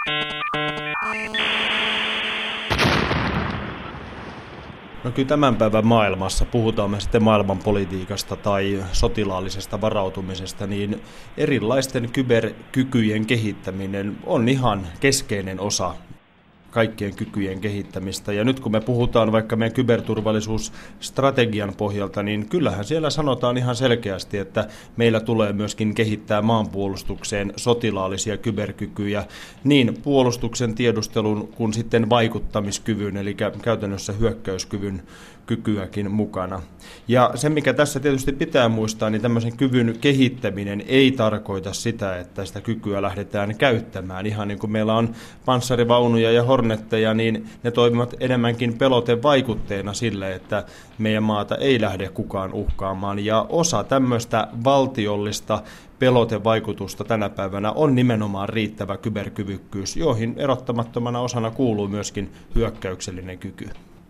No kyllä tämän päivän maailmassa, puhutaan me sitten maailmanpolitiikasta tai sotilaallisesta varautumisesta, niin erilaisten kyberkykyjen kehittäminen on ihan keskeinen osa kaikkien kykyjen kehittämistä. Ja nyt kun me puhutaan vaikka meidän kyberturvallisuusstrategian pohjalta, niin kyllähän siellä sanotaan ihan selkeästi, että meillä tulee myöskin kehittää maanpuolustukseen sotilaallisia kyberkykyjä niin puolustuksen, tiedustelun kuin sitten vaikuttamiskyvyn, eli käytännössä hyökkäyskyvyn kykyäkin mukana. Ja se, mikä tässä tietysti pitää muistaa, niin tämmöisen kyvyn kehittäminen ei tarkoita sitä, että sitä kykyä lähdetään käyttämään. Ihan niin kuin meillä on panssarivaunuja ja hornetteja, niin ne toimivat enemmänkin pelotevaikutteena sille, että meidän maata ei lähde kukaan uhkaamaan. Ja osa tämmöistä valtiollista pelotevaikutusta tänä päivänä on nimenomaan riittävä kyberkyvykkyys, joihin erottamattomana osana kuuluu myöskin hyökkäyksellinen kyky.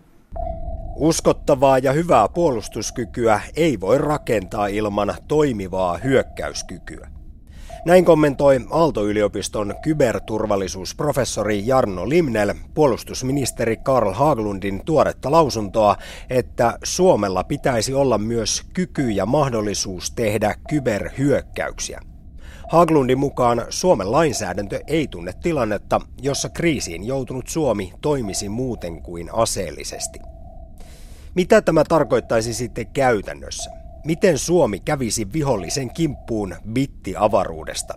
Uskottavaa ja hyvää puolustuskykyä ei voi rakentaa ilman toimivaa hyökkäyskykyä. Näin kommentoi Aalto-yliopiston kyberturvallisuusprofessori Jarno Limnell puolustusministeri Carl Haglundin tuoretta lausuntoa, että Suomella pitäisi olla myös kyky ja mahdollisuus tehdä kyberhyökkäyksiä. Haglundin mukaan Suomen lainsäädäntö ei tunne tilannetta, jossa kriisiin joutunut Suomi toimisi muuten kuin aseellisesti. Mitä tämä tarkoittaisi sitten käytännössä? Miten Suomi kävisi vihollisen kimppuun bittiavaruudesta?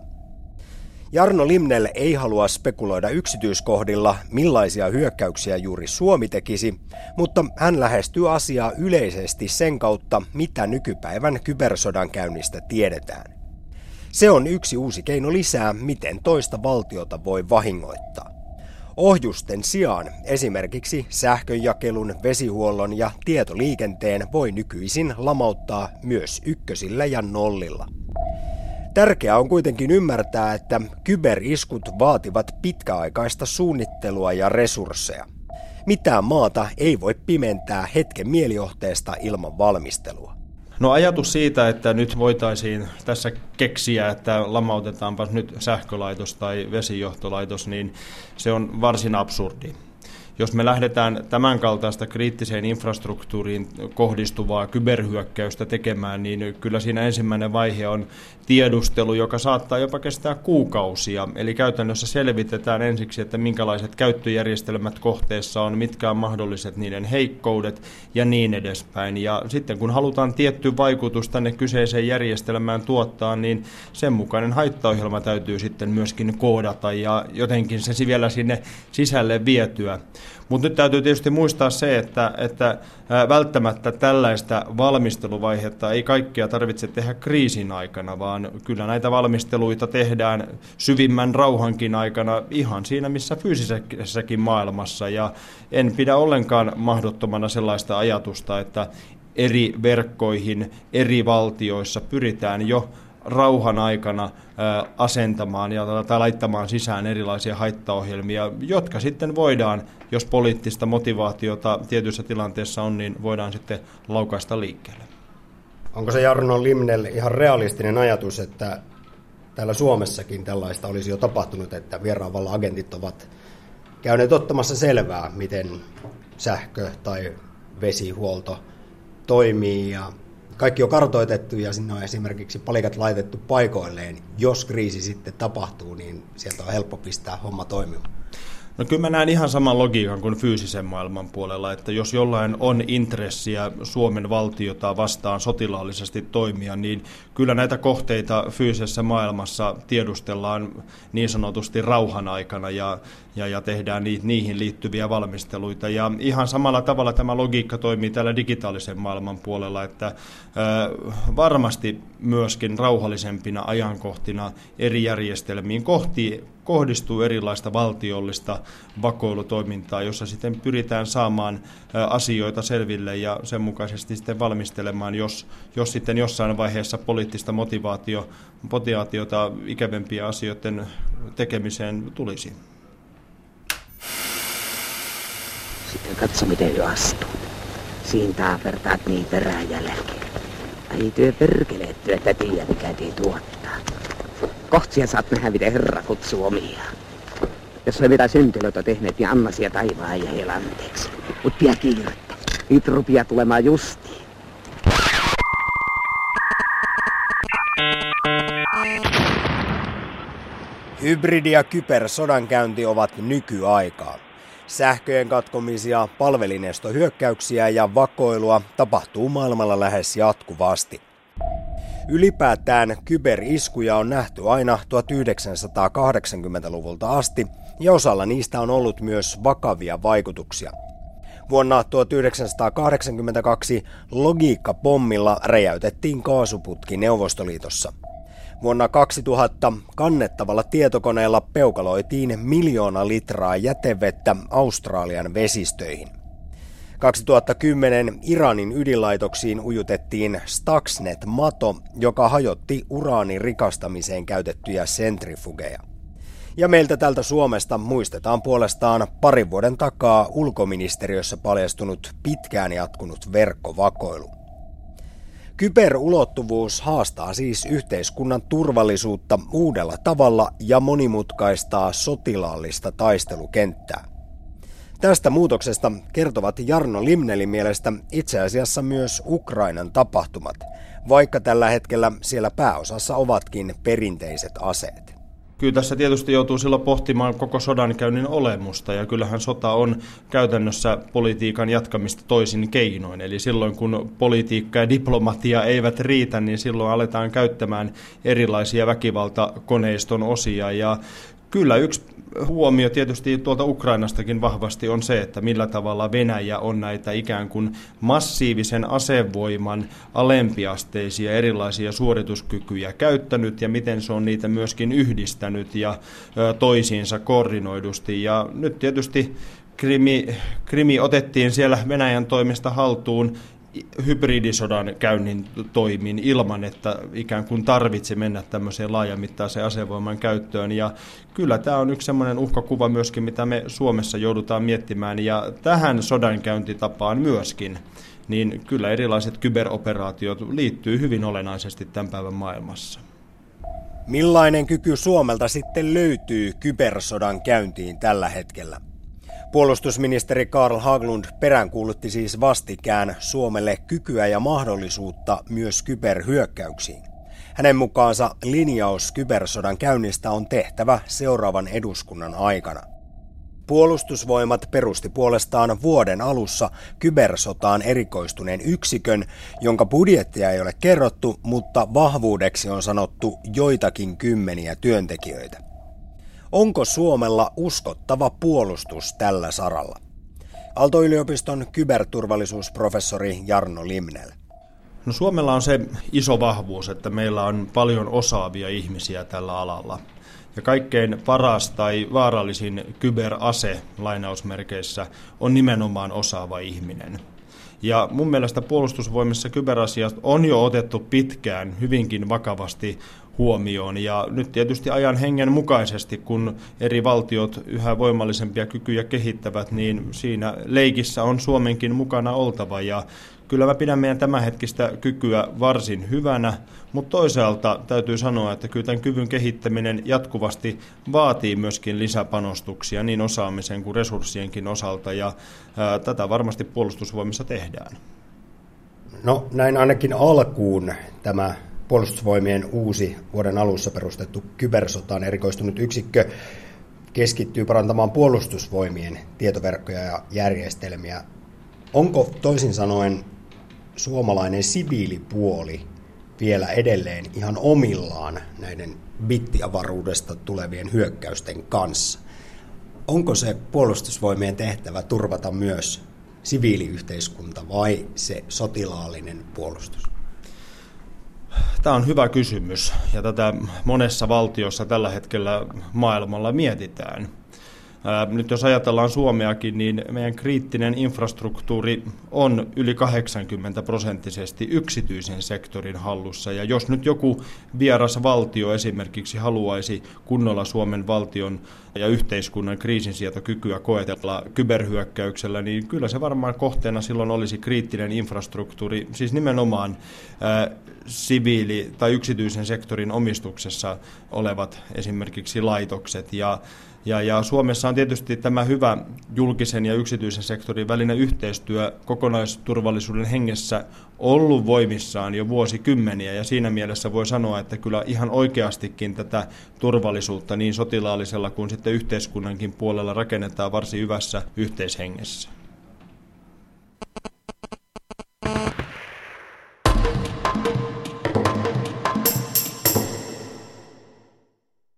Jarno Limnell ei halua spekuloida yksityiskohdilla, millaisia hyökkäyksiä juuri Suomi tekisi, mutta hän lähestyy asiaa yleisesti sen kautta, mitä nykypäivän kybersodankäynnistä tiedetään. Se on yksi uusi keino lisää, miten toista valtiota voi vahingoittaa. Ohjusten sijaan esimerkiksi sähkönjakelun, vesihuollon ja tietoliikenteen voi nykyisin lamauttaa myös ykkösillä ja nollilla. Tärkeää on kuitenkin ymmärtää, että kyberiskut vaativat pitkäaikaista suunnittelua ja resursseja. Mitään maata ei voi pimentää hetken mielijohteesta ilman valmistelua. No ajatus siitä, että nyt voitaisiin tässä keksiä, että lamautetaanpa nyt sähkölaitos tai vesijohtolaitos, niin se on varsin absurdi. Jos me lähdetään tämän kaltaista kriittiseen infrastruktuuriin kohdistuvaa kyberhyökkäystä tekemään, niin kyllä siinä ensimmäinen vaihe on tiedustelu, joka saattaa jopa kestää kuukausia. Eli käytännössä selvitetään ensiksi, että minkälaiset käyttöjärjestelmät kohteessa on, mitkä on mahdolliset niiden heikkoudet ja niin edespäin. Ja sitten kun halutaan tietty vaikutus tänne kyseiseen järjestelmään tuottaa, niin sen mukainen haittaohjelma täytyy sitten myöskin koodata ja jotenkin se vielä sinne sisälle vietyä. Mutta nyt täytyy tietysti muistaa se, että välttämättä tällaista valmisteluvaihetta ei kaikkea tarvitse tehdä kriisin aikana, vaan kyllä näitä valmisteluita tehdään syvimmän rauhankin aikana ihan siinä, missä fyysisessäkin maailmassa. Ja en pidä ollenkaan mahdottomana sellaista ajatusta, että eri verkkoihin eri valtioissa pyritään jo rauhan aikana asentamaan tai laittamaan sisään erilaisia haittaohjelmia, jotka sitten voidaan, jos poliittista motivaatiota tietyissä tilanteissa on, niin voidaan sitten laukaista liikkeelle. Onko se Jarno Limnell ihan realistinen ajatus, että täällä Suomessakin tällaista olisi jo tapahtunut, että vieraanvallan agentit ovat käyneet ottamassa selvää, miten sähkö- tai vesihuolto toimii ja kaikki on kartoitettu ja sinne on esimerkiksi palikat laitettu paikoilleen. Jos kriisi sitten tapahtuu, niin sieltä on helppo pistää homma toimimaan. No kyllä mä näen ihan saman logiikan kuin fyysisen maailman puolella, että jos jollain on intressiä Suomen valtiota vastaan sotilaallisesti toimia, niin kyllä näitä kohteita fyysisessä maailmassa tiedustellaan niin sanotusti rauhan aikana ja tehdään niihin liittyviä valmisteluita. Ja ihan samalla tavalla tämä logiikka toimii täällä digitaalisen maailman puolella, että varmasti myöskin rauhallisempina ajankohtina eri järjestelmiin kohdistuu erilaista valtiollista vakoilutoimintaa, jossa sitten pyritään saamaan asioita selville ja sen mukaisesti sitten valmistelemaan, jos sitten jossain vaiheessa poliittista motivaatiota ikävempien asioiden tekemiseen tulisi. Sitten katso miten jo astuu. Siin taapertaat niin perään jälkeen. Ei työ perkeleetty, että tiedä mikä tii tuottaa. Kohtsia saat nähdä, miten herra kutsuu omiaan. Jos he mitä syntilöitä tehneet, niin anna sieltä taivaan ja heillä anteeksi. Mut pidä kiirettä. Nyt rupeaa tulemaan justiin. Hybridi- ja kybersodankäynti ovat nykyaikaa. Sähköjen katkomisia, palvelinestohyökkäyksiä ja vakoilua tapahtuu maailmalla lähes jatkuvasti. Ylipäätään kyberiskuja on nähty aina 1980-luvulta asti, ja osalla niistä on ollut myös vakavia vaikutuksia. Vuonna 1982 logiikkapommilla räjäytettiin kaasuputki Neuvostoliitossa. Vuonna 2000 kannettavalla tietokoneella peukaloitiin 1 miljoona litraa jätevettä Australian vesistöihin. 2010 Iranin ydinlaitoksiin ujutettiin Stuxnet-mato, joka hajotti uraanin rikastamiseen käytettyjä sentrifugeja. Ja meiltä tältä Suomesta muistetaan puolestaan parin vuoden takaa ulkoministeriössä paljastunut pitkään jatkunut verkkovakoilu. Kyberulottuvuus haastaa siis yhteiskunnan turvallisuutta uudella tavalla ja monimutkaistaa sotilaallista taistelukenttää. Tästä muutoksesta kertovat Jarno Limnelin mielestä itse asiassa myös Ukrainan tapahtumat, vaikka tällä hetkellä siellä pääosassa ovatkin perinteiset aseet. Kyllä tässä tietysti joutuu silloin pohtimaan koko sodankäynnin olemusta, ja kyllähän sota on käytännössä politiikan jatkamista toisin keinoin. Eli silloin kun politiikka ja diplomatia eivät riitä, niin silloin aletaan käyttämään erilaisia väkivaltakoneiston osia. Ja kyllä yksi huomio tietysti tuolta Ukrainastakin vahvasti on se, että millä tavalla Venäjä on näitä ikään kuin massiivisen asevoiman alempiasteisia erilaisia suorituskykyjä käyttänyt ja miten se on niitä myöskin yhdistänyt ja toisiinsa koordinoidusti. Ja nyt tietysti Krimi otettiin siellä Venäjän toimesta haltuun hybridisodan käynnin toimin ilman, että ikään kuin tarvitse mennä tämmöiseen laajamittaiseen asevoiman käyttöön. Ja kyllä tämä on yksi semmoinen uhkakuva myöskin, mitä me Suomessa joudutaan miettimään. Ja tähän sodankäyntitapaan myöskin, niin kyllä erilaiset kyberoperaatiot liittyy hyvin olennaisesti tämän päivän maailmassa. Millainen kyky Suomelta sitten löytyy kybersodan käyntiin tällä hetkellä? Puolustusministeri Carl Haglund peräänkuulutti siis vastikään Suomelle kykyä ja mahdollisuutta myös kyberhyökkäyksiin. Hänen mukaansa linjaus kybersodan käynnistä on tehtävä seuraavan eduskunnan aikana. Puolustusvoimat perusti puolestaan vuoden alussa kybersotaan erikoistuneen yksikön, jonka budjettia ei ole kerrottu, mutta vahvuudeksi on sanottu joitakin kymmeniä työntekijöitä. Onko Suomella uskottava puolustus tällä saralla? Aalto-yliopiston kyberturvallisuusprofessori Jarno Limnel. No Suomella on se iso vahvuus, että meillä on paljon osaavia ihmisiä tällä alalla. Ja kaikkein paras tai vaarallisin kyberase lainausmerkeissä on nimenomaan osaava ihminen. Ja mun mielestä puolustusvoimissa kyberasiat on jo otettu pitkään hyvinkin vakavasti huomioon. Ja nyt tietysti ajan hengen mukaisesti, kun eri valtiot yhä voimallisempia kykyjä kehittävät, niin siinä leikissä on Suomenkin mukana oltava. Ja kyllä mä pidän meidän tämänhetkistä kykyä varsin hyvänä, mutta toisaalta täytyy sanoa, että kyllä tämän kyvyn kehittäminen jatkuvasti vaatii myöskin lisäpanostuksia niin osaamisen kuin resurssienkin osalta, ja tätä varmasti puolustusvoimissa tehdään. No näin ainakin alkuun tämä Puolustusvoimien uusi vuoden alussa perustettu kybersotaan erikoistunut yksikkö keskittyy parantamaan puolustusvoimien tietoverkkoja ja järjestelmiä. Onko toisin sanoen suomalainen siviilipuoli vielä edelleen ihan omillaan näiden bittiavaruudesta tulevien hyökkäysten kanssa? Onko se puolustusvoimien tehtävä turvata myös siviiliyhteiskunta vai se sotilaallinen puolustus? Tämä on hyvä kysymys, ja tätä monessa valtiossa tällä hetkellä maailmalla mietitään. Nyt jos ajatellaan Suomeakin, niin meidän kriittinen infrastruktuuri on yli 80% yksityisen sektorin hallussa. Ja jos nyt joku vieras valtio esimerkiksi haluaisi kunnolla Suomen valtion ja yhteiskunnan kriisinsietokykyä koetella kyberhyökkäyksellä, niin kyllä se varmaan kohteena silloin olisi kriittinen infrastruktuuri, siis nimenomaan siviili- tai yksityisen sektorin omistuksessa olevat esimerkiksi laitokset. Ja Ja Suomessa on tietysti tämä hyvä julkisen ja yksityisen sektorin välinen yhteistyö kokonaisturvallisuuden hengessä ollut voimissaan jo vuosikymmeniä, ja siinä mielessä voi sanoa, että kyllä ihan oikeastikin tätä turvallisuutta niin sotilaallisella kuin sitten yhteiskunnankin puolella rakennetaan varsin hyvässä yhteishengessä.